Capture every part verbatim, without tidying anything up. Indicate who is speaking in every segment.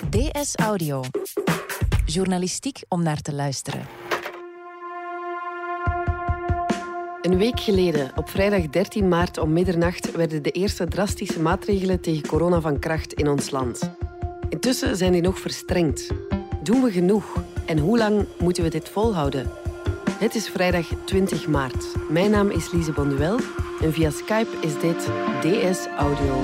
Speaker 1: D S Audio. Journalistiek om naar te luisteren.
Speaker 2: Een week geleden, op vrijdag dertien maart om middernacht, werden de eerste drastische maatregelen tegen corona van kracht in ons land. Intussen zijn die nog verstrengd. Doen we genoeg? En hoe lang moeten we dit volhouden? Het is vrijdag twintig maart. Mijn naam is Lise Bonduel en via Skype is dit D S Audio.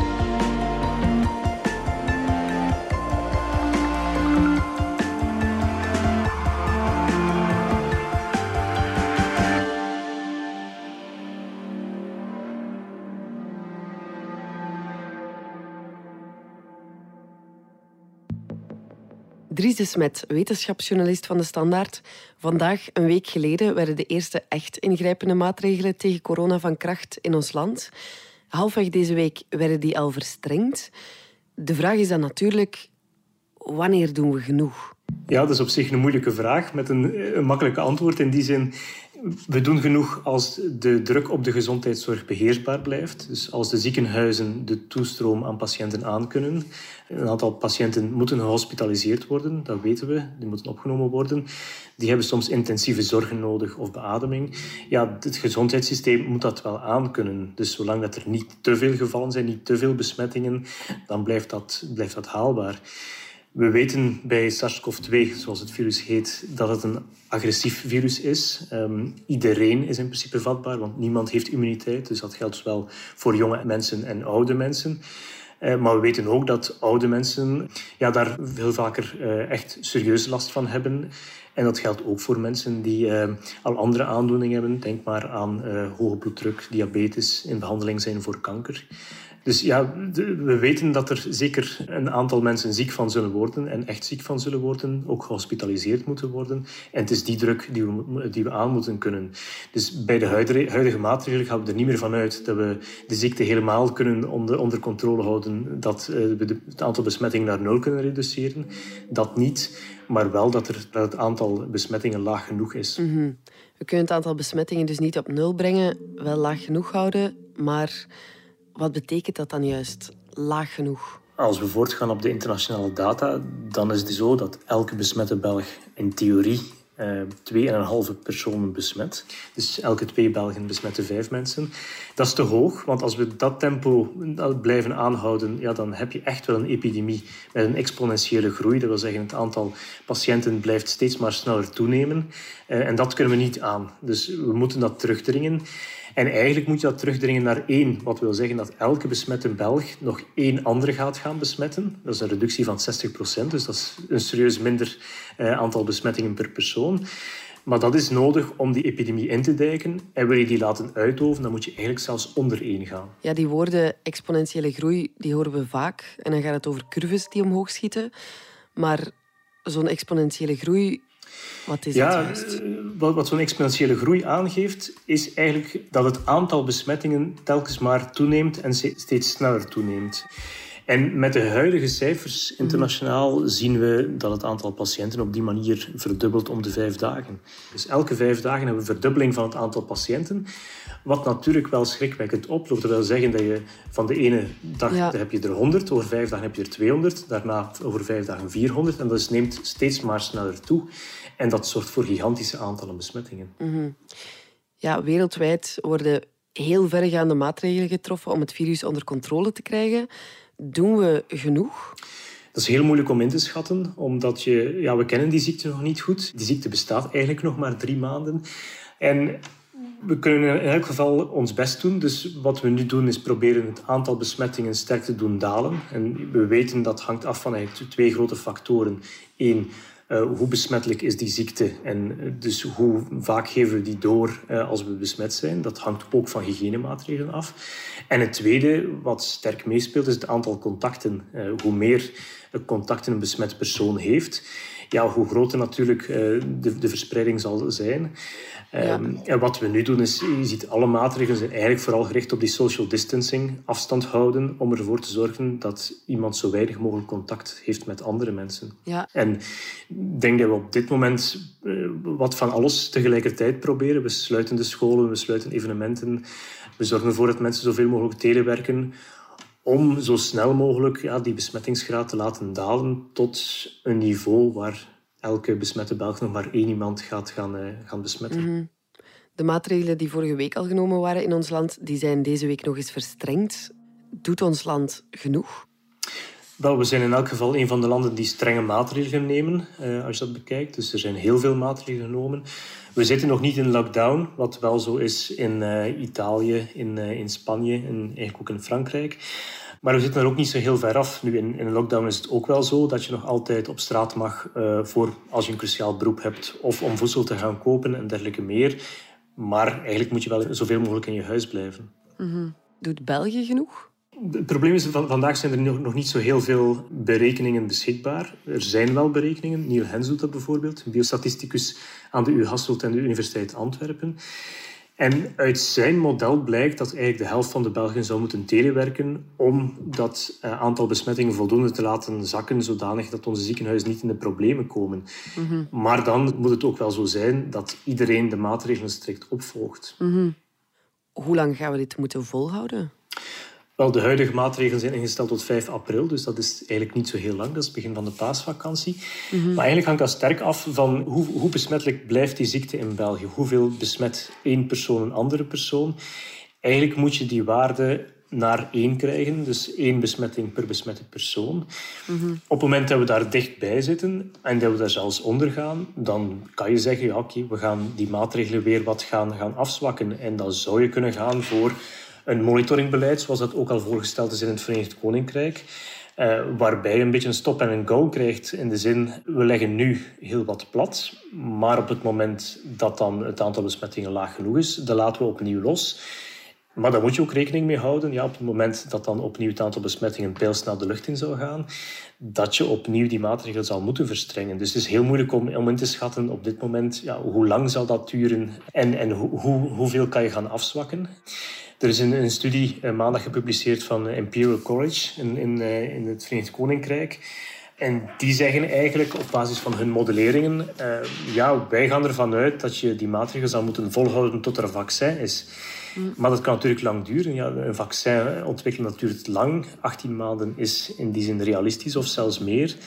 Speaker 2: Dries de Smet, wetenschapsjournalist van De Standaard. Vandaag, een week geleden, werden de eerste echt ingrijpende maatregelen tegen corona van kracht in ons land. Halfweg deze week werden die al verstrengd. De vraag is dan natuurlijk, wanneer doen we genoeg?
Speaker 3: Ja, dat is op zich een moeilijke vraag met een, een makkelijke antwoord. In die zin, we doen genoeg als de druk op de gezondheidszorg beheersbaar blijft. Dus als de ziekenhuizen de toestroom aan patiënten aankunnen. Een aantal patiënten moeten gehospitaliseerd worden, dat weten we. Die moeten opgenomen worden. Die hebben soms intensieve zorgen nodig of beademing. Ja, het gezondheidssysteem moet dat wel aankunnen. Dus zolang dat er niet te veel gevallen zijn, niet te veel besmettingen, dan blijft dat, blijft dat haalbaar. We weten bij SARS-CoV twee, zoals het virus heet, dat het een agressief virus is. Um, iedereen is in principe vatbaar, want niemand heeft immuniteit. Dus dat geldt zowel voor jonge mensen en oude mensen. Uh, maar we weten ook dat oude mensen ja, daar veel vaker uh, echt serieus last van hebben. En dat geldt ook voor mensen die uh, al andere aandoeningen hebben. Denk maar aan uh, hoge bloeddruk, diabetes, in behandeling zijn voor kanker. Dus ja, we weten dat er zeker een aantal mensen ziek van zullen worden en echt ziek van zullen worden, ook gehospitaliseerd moeten worden. En het is die druk die we, die we aan moeten kunnen. Dus bij de huidige, huidige maatregelen gaan we er niet meer van uit dat we de ziekte helemaal kunnen onder, onder controle houden, dat we de, het aantal besmettingen naar nul kunnen reduceren. Dat niet, maar wel dat, er, dat het aantal besmettingen laag genoeg is.
Speaker 2: Mm-hmm. We kunnen het aantal besmettingen dus niet op nul brengen, wel laag genoeg houden, maar wat betekent dat dan juist, laag genoeg?
Speaker 3: Als we voortgaan op de internationale data, dan is het zo dat elke besmette Belg in theorie uh, twee en een halve personen besmet. Dus elke twee Belgen besmetten vijf mensen. Dat is te hoog, want als we dat tempo blijven aanhouden, ja, dan heb je echt wel een epidemie met een exponentiële groei. Dat wil zeggen, het aantal patiënten blijft steeds maar sneller toenemen. Uh, en dat kunnen we niet aan. Dus we moeten dat terugdringen. En eigenlijk moet je dat terugdringen naar één. Wat wil zeggen dat elke besmette Belg nog één andere gaat gaan besmetten. Dat is een reductie van zestig procent. Dus dat is een serieus minder uh, aantal besmettingen per persoon. Maar dat is nodig om die epidemie in te dijken. En wil je die laten uitdoven, dan moet je eigenlijk zelfs onder één gaan.
Speaker 2: Ja, die woorden exponentiële groei, die horen we vaak. En dan gaat het over curves die omhoog schieten. Maar zo'n exponentiële groei, wat is
Speaker 3: ja,
Speaker 2: dat juist?
Speaker 3: Wat, wat zo'n exponentiële groei aangeeft, is eigenlijk dat het aantal besmettingen telkens maar toeneemt en steeds sneller toeneemt. En met de huidige cijfers internationaal mm. zien we dat het aantal patiënten op die manier verdubbelt om de vijf dagen. Dus elke vijf dagen hebben we een verdubbeling van het aantal patiënten. Wat natuurlijk wel schrikwekkend oploopt. Dat wil zeggen dat je van de ene dag ja. heb je er honderd, over vijf dagen heb je er tweehonderd, daarna over vijf dagen vierhonderd. En dat neemt steeds maar sneller toe. En dat zorgt voor gigantische aantallen besmettingen.
Speaker 2: Mm-hmm. Ja, wereldwijd worden heel verregaande maatregelen getroffen om het virus onder controle te krijgen. Doen we genoeg?
Speaker 3: Dat is heel moeilijk om in te schatten, omdat je, ja, we kennen die ziekte nog niet goed. Die ziekte bestaat eigenlijk nog maar drie maanden. En we kunnen in elk geval ons best doen. Dus wat we nu doen is proberen het aantal besmettingen sterk te doen dalen. En we weten dat hangt af van eigenlijk twee grote factoren. Eén, Uh, hoe besmettelijk is die ziekte en dus hoe vaak geven we die door uh, als we besmet zijn. Dat hangt ook van hygiënemaatregelen af. En het tweede, wat sterk meespeelt, is het aantal contacten. Uh, hoe meer contacten een besmet persoon heeft, ja, hoe groter natuurlijk uh, de, de verspreiding zal zijn. Ja. Um, en wat we nu doen is, je ziet alle maatregelen zijn eigenlijk vooral gericht op die social distancing, afstand houden, om ervoor te zorgen dat iemand zo weinig mogelijk contact heeft met andere mensen.
Speaker 2: Ja.
Speaker 3: En ik denk dat we op dit moment uh, wat van alles tegelijkertijd proberen. We sluiten de scholen, we sluiten evenementen, we zorgen ervoor dat mensen zoveel mogelijk telewerken, om zo snel mogelijk ja, die besmettingsgraad te laten dalen tot een niveau waar elke besmette Belg nog maar één iemand gaat gaan, uh, gaan besmetten.
Speaker 2: Mm-hmm. De maatregelen die vorige week al genomen waren in ons land, die zijn deze week nog eens verstrengd. Doet ons land genoeg?
Speaker 3: Wel, we zijn in elk geval een van de landen die strenge maatregelen nemen, uh, als je dat bekijkt. Dus er zijn heel veel maatregelen genomen. We zitten nog niet in lockdown, wat wel zo is in uh, Italië, in, uh, in Spanje en eigenlijk ook in Frankrijk. Maar we zitten er ook niet zo heel ver af. Nu, in, in een lockdown is het ook wel zo dat je nog altijd op straat mag uh, voor als je een cruciaal beroep hebt of om voedsel te gaan kopen en dergelijke meer. Maar eigenlijk moet je wel zoveel mogelijk in je huis blijven.
Speaker 2: Mm-hmm. Doet België genoeg?
Speaker 3: Het probleem is, van vandaag zijn er nog, nog niet zo heel veel berekeningen beschikbaar. Er zijn wel berekeningen. Neil Hens doet dat bijvoorbeeld, een biostatisticus aan de U Hasselt en de Universiteit Antwerpen. En uit zijn model blijkt dat eigenlijk de helft van de Belgen zou moeten telewerken om dat uh, aantal besmettingen voldoende te laten zakken, zodanig dat onze ziekenhuizen niet in de problemen komen. Mm-hmm. Maar dan moet het ook wel zo zijn dat iedereen de maatregelen strikt opvolgt.
Speaker 2: Mm-hmm. Hoe lang gaan we dit moeten volhouden?
Speaker 3: Wel, de huidige maatregelen zijn ingesteld tot vijf april, dus dat is eigenlijk niet zo heel lang. Dat is het begin van de paasvakantie. Mm-hmm. Maar eigenlijk hangt dat sterk af van hoe, hoe besmettelijk blijft die ziekte in België. Hoeveel besmet één persoon een andere persoon? Eigenlijk moet je die waarde naar één krijgen, dus één besmetting per besmette persoon. Mm-hmm. Op het moment dat we daar dichtbij zitten en dat we daar zelfs onder gaan, dan kan je zeggen, ja, oké, we gaan die maatregelen weer wat gaan, gaan afzwakken. En dan zou je kunnen gaan voor een monitoringbeleid, zoals dat ook al voorgesteld is in het Verenigd Koninkrijk, uh, waarbij je een beetje een stop en een go krijgt in de zin, we leggen nu heel wat plat, maar op het moment dat dan het aantal besmettingen laag genoeg is, dan laten we opnieuw los. Maar daar moet je ook rekening mee houden, ja, op het moment dat dan opnieuw het aantal besmettingen pijlsnel de lucht in zou gaan, dat je opnieuw die maatregelen zal moeten verstrengen. Dus het is heel moeilijk om, om in te schatten op dit moment, ja, hoe lang zal dat duren en, en hoe, hoe, hoeveel kan je gaan afzwakken. Er is een, een studie uh, maandag gepubliceerd van uh, Imperial College in, in, uh, in het Verenigd Koninkrijk. En die zeggen eigenlijk op basis van hun modelleringen, uh, ja, wij gaan ervan uit dat je die maatregelen zal moeten volhouden tot er een vaccin is. Mm. Maar dat kan natuurlijk lang duren. Ja, een vaccin ontwikkelen dat duurt lang. achttien maanden is in die zin realistisch of zelfs meer.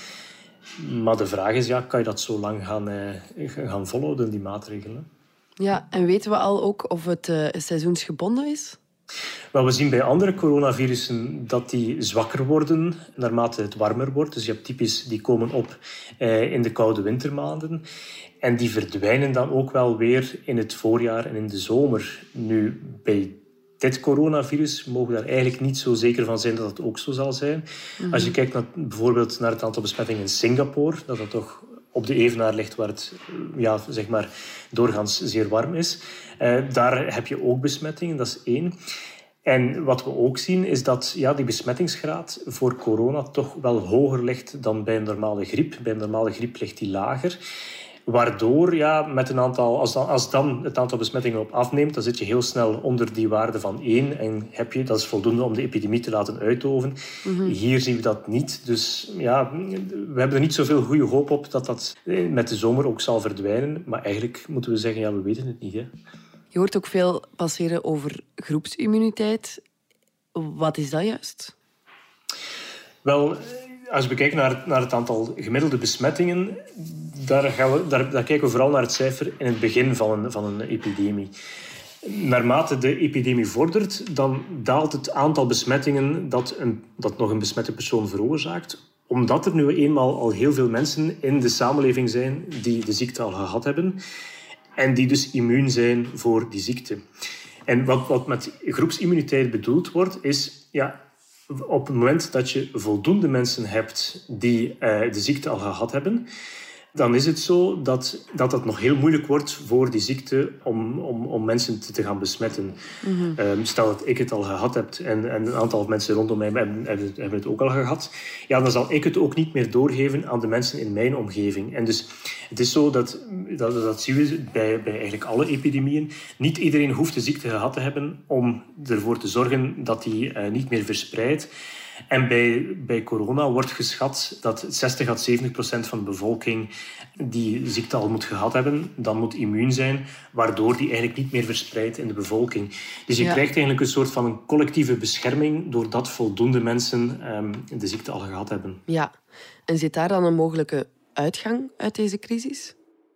Speaker 3: Maar de vraag is, ja, kan je dat zo lang gaan, uh, gaan volhouden, die maatregelen?
Speaker 2: Ja, en weten we al ook of het uh, seizoensgebonden is?
Speaker 3: Wel, we zien bij andere coronavirussen dat die zwakker worden naarmate het warmer wordt. Dus je hebt typisch, die komen op eh, in de koude wintermaanden. En die verdwijnen dan ook wel weer in het voorjaar en in de zomer. Nu, bij dit coronavirus mogen we daar eigenlijk niet zo zeker van zijn dat het ook zo zal zijn. Mm-hmm. Als je kijkt naar, bijvoorbeeld naar het aantal besmettingen in Singapore, dat dat toch op de evenaar ligt waar het ja, zeg maar, doorgaans zeer warm is. Uh, daar heb je ook besmettingen, dat is één. En wat we ook zien is dat ja, die besmettingsgraad voor corona toch wel hoger ligt dan bij een normale griep. Bij een normale griep ligt die lager. Waardoor, ja, met een aantal, als, dan, als dan het aantal besmettingen op afneemt, dan zit je heel snel onder die waarde van één. En heb je, dat is voldoende om de epidemie te laten uitdoven. Mm-hmm. Hier zien we dat niet. Dus ja, we hebben er niet zoveel goede hoop op dat dat met de zomer ook zal verdwijnen. Maar eigenlijk moeten we zeggen, ja, we weten het niet. Hè.
Speaker 2: Je hoort ook veel passeren over groepsimmuniteit. Wat is dat juist?
Speaker 3: Wel, als we kijken naar, naar het aantal gemiddelde besmettingen, daar, gaan we, daar, daar kijken we vooral naar het cijfer in het begin van een, van een epidemie. Naarmate de epidemie vordert, dan daalt het aantal besmettingen dat, een, dat nog een besmette persoon veroorzaakt. Omdat er nu eenmaal al heel veel mensen in de samenleving zijn die de ziekte al gehad hebben en die dus immuun zijn voor die ziekte. En wat, wat met groepsimmuniteit bedoeld wordt, is ja, op het moment dat je voldoende mensen hebt die uh, de ziekte al gehad hebben, dan is het zo dat, dat het nog heel moeilijk wordt voor die ziekte om, om, om mensen te, te gaan besmetten. Mm-hmm. Um, stel dat ik het al gehad heb en, en een aantal mensen rondom mij hebben, hebben, hebben het ook al gehad, ja, dan zal ik het ook niet meer doorgeven aan de mensen in mijn omgeving. En dus het is zo dat, dat, dat zien we bij, bij eigenlijk alle epidemieën. Niet iedereen hoeft de ziekte gehad te hebben om ervoor te zorgen dat die uh, niet meer verspreidt. En bij, bij corona wordt geschat dat zestig à zeventig procent van de bevolking die ziekte al moet gehad hebben, dan moet immuun zijn, waardoor die eigenlijk niet meer verspreidt in de bevolking. Dus je ja. krijgt eigenlijk een soort van een collectieve bescherming doordat voldoende mensen um, de ziekte al gehad hebben.
Speaker 2: Ja, en zit daar dan een mogelijke uitgang uit deze crisis?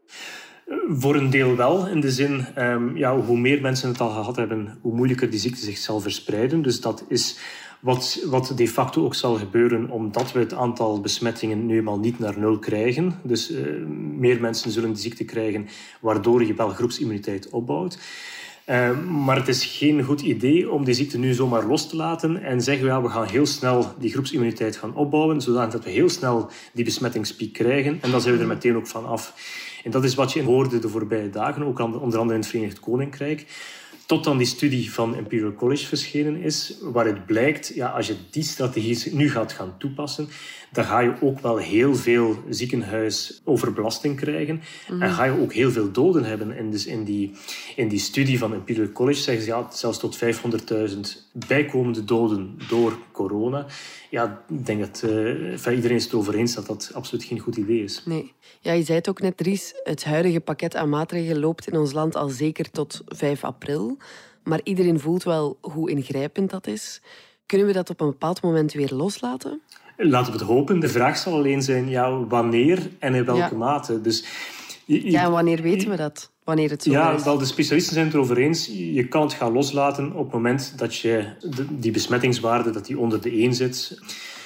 Speaker 3: Voor een deel wel, in de zin, um, ja, hoe meer mensen het al gehad hebben, hoe moeilijker die ziekte zich zal verspreiden. Dus dat is wat, wat de facto ook zal gebeuren, omdat we het aantal besmettingen nu eenmaal niet naar nul krijgen. Dus uh, meer mensen zullen de ziekte krijgen, waardoor je wel groepsimmuniteit opbouwt. Uh, maar het is geen goed idee om die ziekte nu zomaar los te laten en zeggen, ja, we gaan heel snel die groepsimmuniteit gaan opbouwen, zodat we heel snel die besmettingspiek krijgen. En dan zijn we er meteen ook van af. En dat is wat je hoorde de voorbije dagen, ook onder andere in het Verenigd Koninkrijk. Tot dan die studie van Imperial College verschenen is, waaruit blijkt, ja, als je die strategie nu gaat gaan toepassen, dan ga je ook wel heel veel ziekenhuisoverbelasting krijgen. Mm. En ga je ook heel veel doden hebben. En dus in die, in die studie van Imperial College zeggen ze ja, zelfs tot vijfhonderdduizend bijkomende doden door corona. Ja, ik denk dat uh, iedereen is het erover eens dat dat absoluut geen goed idee is.
Speaker 2: Nee. Ja, je zei het ook net, Dries. Het huidige pakket aan maatregelen loopt in ons land al zeker tot vijf april. Maar iedereen voelt wel hoe ingrijpend dat is. Kunnen we dat op een bepaald moment weer loslaten?
Speaker 3: Laten we het hopen. De vraag zal alleen zijn, ja, wanneer en in welke ja. mate. Dus,
Speaker 2: je, ja, en wanneer weten we dat? Wanneer het zo
Speaker 3: ja,
Speaker 2: is?
Speaker 3: Wel, de specialisten zijn het erover eens. Je kan het gaan loslaten op het moment dat je die besmettingswaarde dat die onder de één zit.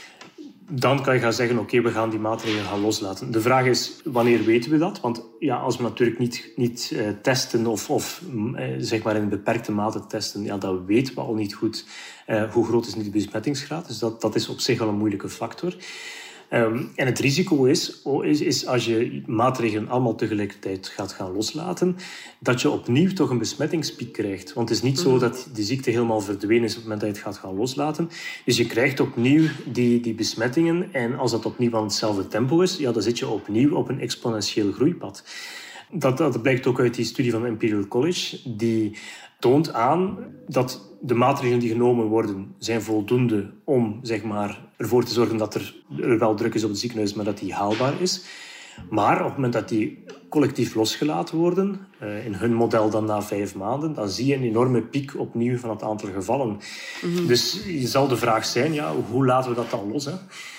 Speaker 3: Dan kan je gaan zeggen, oké, okay, we gaan die maatregelen gaan loslaten. De vraag is, wanneer weten we dat? Want ja, als we natuurlijk niet, niet uh, testen of, of uh, zeg maar in een beperkte mate testen, ja, dan weten we al niet goed uh, hoe groot is die besmettingsgraad. Dus dat, dat is op zich al een moeilijke factor. Um, en het risico is, is, is, als je maatregelen allemaal tegelijkertijd gaat gaan loslaten, dat je opnieuw toch een besmettingspiek krijgt. Want het is niet zo dat de ziekte helemaal verdwenen is op het moment dat je het gaat gaan loslaten. Dus je krijgt opnieuw die, die besmettingen. En als dat opnieuw aan hetzelfde tempo is, ja, dan zit je opnieuw op een exponentieel groeipad. Dat, dat blijkt ook uit die studie van Imperial College. Die toont aan dat de maatregelen die genomen worden zijn voldoende om zeg maar, ervoor te zorgen dat er, er wel druk is op het ziekenhuis, maar dat die haalbaar is. Maar op het moment dat die collectief losgelaten worden, in hun model dan na vijf maanden, dan zie je een enorme piek opnieuw van het aantal gevallen. Mm-hmm. Dus je zal de vraag zijn, ja, hoe laten we dat dan los? Hè?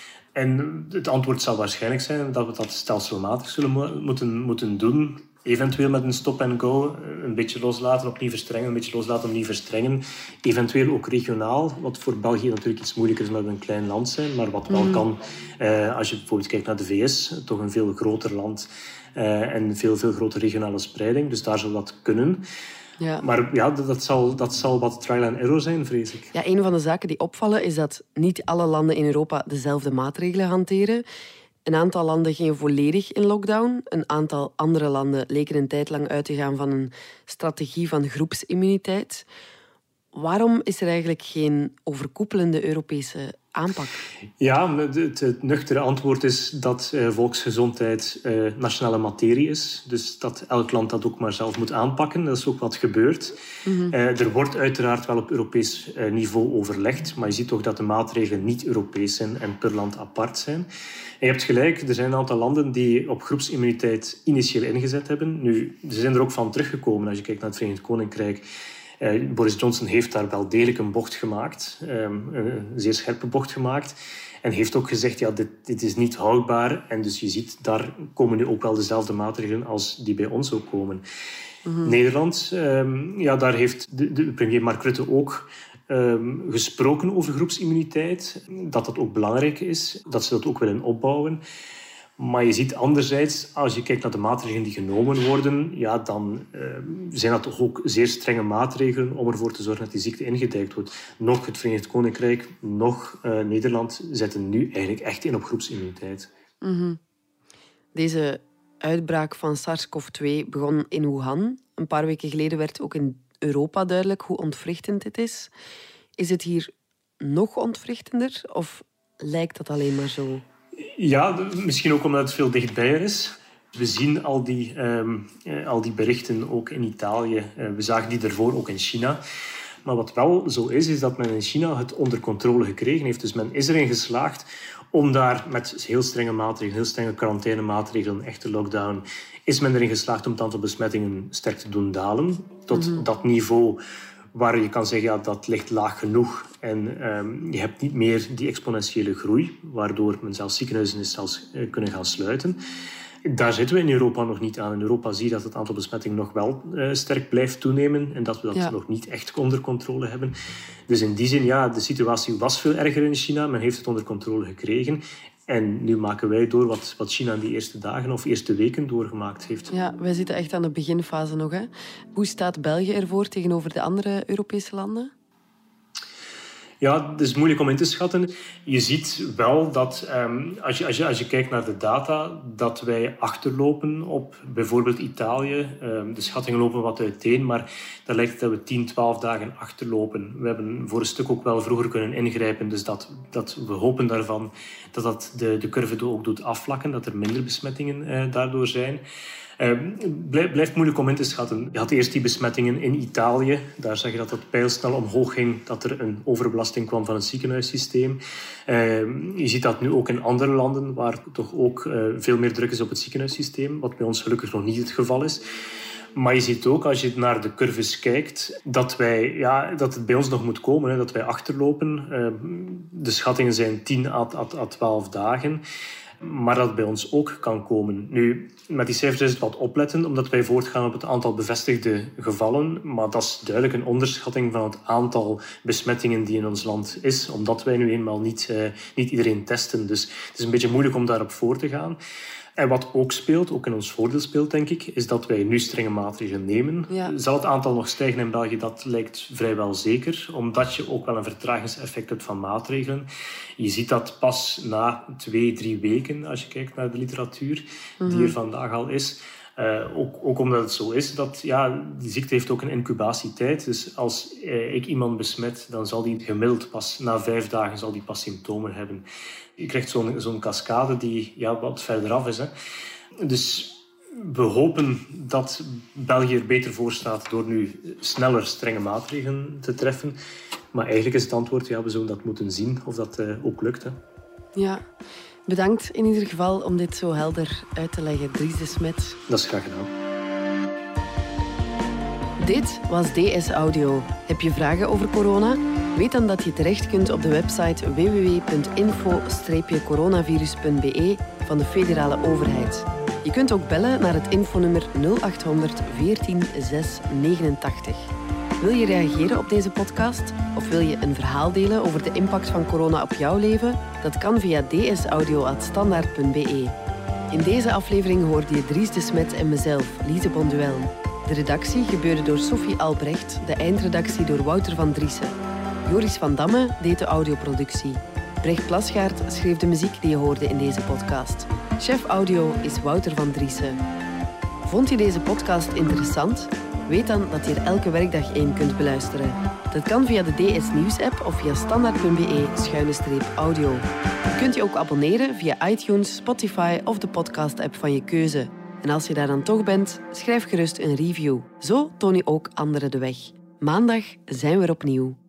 Speaker 3: En het antwoord zal waarschijnlijk zijn dat we dat stelselmatig zullen mo- moeten, moeten doen. Eventueel met een stop-and-go, een beetje loslaten, opnieuw verstrengen, een beetje loslaten, opnieuw verstrengen. Eventueel ook regionaal, wat voor België natuurlijk iets moeilijker is omdat we een klein land zijn, maar wat wel mm. kan, eh, als je bijvoorbeeld kijkt naar de V S, toch een veel groter land eh, en veel, veel grotere regionale spreiding. Dus daar zal dat kunnen. Ja. Maar ja, dat zal, dat zal wat trial and error zijn, vrees ik.
Speaker 2: Ja, een van de zaken die opvallen is dat niet alle landen in Europa dezelfde maatregelen hanteren. Een aantal landen gingen volledig in lockdown. Een aantal andere landen leken een tijd lang uit te gaan van een strategie van groepsimmuniteit. Waarom is er eigenlijk geen overkoepelende Europese aanpak?
Speaker 3: Ja, het, het nuchtere antwoord is dat uh, volksgezondheid uh, nationale materie is. Dus dat elk land dat ook maar zelf moet aanpakken. Dat is ook wat gebeurt. Mm-hmm. Uh, er wordt uiteraard wel op Europees uh, niveau overlegd, maar je ziet toch dat de maatregelen niet Europees zijn en per land apart zijn. En je hebt gelijk, er zijn een aantal landen die op groepsimmuniteit initieel ingezet hebben. Nu, ze zijn er ook van teruggekomen als je kijkt naar het Verenigd Koninkrijk. Uh, Boris Johnson heeft daar wel degelijk een bocht gemaakt, um, een zeer scherpe bocht gemaakt. En heeft ook gezegd, ja, dit, dit is niet houdbaar. En dus je ziet, daar komen nu ook wel dezelfde maatregelen als die bij ons ook komen. Mm-hmm. Nederland, um, ja, daar heeft de, de premier Mark Rutte ook um, gesproken over groepsimmuniteit. Dat dat ook belangrijk is, dat ze dat ook willen opbouwen. Maar je ziet anderzijds, als je kijkt naar de maatregelen die genomen worden, ja, dan uh, zijn dat toch ook zeer strenge maatregelen om ervoor te zorgen dat die ziekte ingedijkt wordt. Nog het Verenigd Koninkrijk, nog uh, Nederland zetten nu eigenlijk echt in op groepsimmuniteit.
Speaker 2: Mm-hmm. Deze uitbraak van SARS-CoV twee begon in Wuhan. Een paar weken geleden werd ook in Europa duidelijk hoe ontwrichtend dit is. Is het hier nog ontwrichtender of lijkt dat alleen maar zo?
Speaker 3: Ja, misschien ook omdat het veel dichtbij is. We zien al die, um, al die berichten ook in Italië. Uh, we zagen die ervoor ook in China. Maar wat wel zo is, is dat men in China het onder controle gekregen heeft. Dus men is erin geslaagd om daar met heel strenge maatregelen, heel strenge quarantainemaatregelen, echte lockdown, is men erin geslaagd om het aantal besmettingen sterk te doen dalen. Tot mm-hmm. dat niveau waar je kan zeggen, ja, dat ligt laag genoeg. En um, je hebt niet meer die exponentiële groei, waardoor men zelfs ziekenhuizen is zelfs uh, kunnen gaan sluiten. Daar zitten we in Europa nog niet aan. In Europa zie je dat het aantal besmettingen nog wel uh, sterk blijft toenemen en dat we dat ja. nog niet echt onder controle hebben. Dus in die zin, ja, de situatie was veel erger in China. Men heeft het onder controle gekregen. En nu maken wij door wat, wat China in die eerste dagen of eerste weken doorgemaakt heeft.
Speaker 2: Ja, wij zitten echt aan de beginfase nog, hè. Hoe staat België ervoor tegenover de andere Europese landen?
Speaker 3: Ja, het is moeilijk om in te schatten. Je ziet wel dat, um, als, je, als, je, als je kijkt naar de data, dat wij achterlopen op bijvoorbeeld Italië. Um, de schattingen lopen wat uiteen, maar daar lijkt het dat we tien, twaalf dagen achterlopen. We hebben voor een stuk ook wel vroeger kunnen ingrijpen, dus dat, dat we hopen daarvan dat dat de, de curve ook doet afvlakken, dat er minder besmettingen uh, daardoor zijn. Uh, blijft, blijft moeilijk om in te schatten. Je had eerst die besmettingen in Italië. Daar zag je dat het pijlsnel omhoog ging, dat er een overbelasting kwam van het ziekenhuissysteem. Uh, je ziet dat nu ook in andere landen, waar toch ook uh, veel meer druk is op het ziekenhuissysteem, wat bij ons gelukkig nog niet het geval is. Maar je ziet ook, als je naar de curves kijkt, dat, wij, ja, dat het bij ons nog moet komen, hè, dat wij achterlopen. Uh, de schattingen zijn tien à twaalf dagen. Maar dat bij ons ook kan komen. Nu, met die cijfers is het wat opletten, omdat wij voortgaan op het aantal bevestigde gevallen. Maar dat is duidelijk een onderschatting van het aantal besmettingen die in ons land is, omdat wij nu eenmaal niet, uh, niet iedereen testen. Dus het is een beetje moeilijk om daarop voor te gaan. En wat ook speelt, ook in ons voordeel speelt, denk ik, is dat wij nu strenge maatregelen nemen. Ja. Zal het aantal nog stijgen in België? Dat lijkt vrijwel zeker, omdat je ook wel een vertragingseffect hebt van maatregelen. Je ziet dat pas na twee, drie weken, als je kijkt naar de literatuur mm-hmm. die er vandaag al is. Uh, ook, ook omdat het zo is dat ja, die ziekte heeft ook een incubatietijd. Dus als uh, ik iemand besmet, dan zal die gemiddeld pas na vijf dagen zal die pas symptomen hebben. Je krijgt zo'n, zo'n cascade die ja, wat verderaf is. Hè. Dus we hopen dat België er beter voor staat door nu sneller strenge maatregelen te treffen. Maar eigenlijk is het antwoord, ja, we zullen dat moeten zien of dat uh, ook lukt. Hè.
Speaker 2: Ja. Bedankt in ieder geval om dit zo helder uit te leggen, Dries de Smet.
Speaker 3: Dat is graag gedaan.
Speaker 2: Dit was D S Audio. Heb je vragen over corona? Weet dan dat je terecht kunt op de website w w w punt info coronavirus punt b e van de federale overheid. Je kunt ook bellen naar het infonummer nul achthonderd veertien zes negenentachtig. Wil je reageren op deze podcast? Of wil je een verhaal delen over de impact van corona op jouw leven? Dat kan via d s audio at standaard punt b e. In deze aflevering hoorde je Dries de Smet en mezelf, Lise Bonduel. De redactie gebeurde door Sophie Albrecht, de eindredactie door Wouter van Driessen. Joris van Damme deed de audioproductie. Brecht Plasgaard schreef de muziek die je hoorde in deze podcast. Chef audio is Wouter van Driessen. Vond je deze podcast interessant? Weet dan dat je er elke werkdag één kunt beluisteren. Dat kan via de D S Nieuws-app of via standaard punt b e schuine streep audio. Je kunt je ook abonneren via iTunes, Spotify of de podcast-app van je keuze. En als je daar dan toch bent, schrijf gerust een review. Zo toon je ook anderen de weg. Maandag zijn we er opnieuw.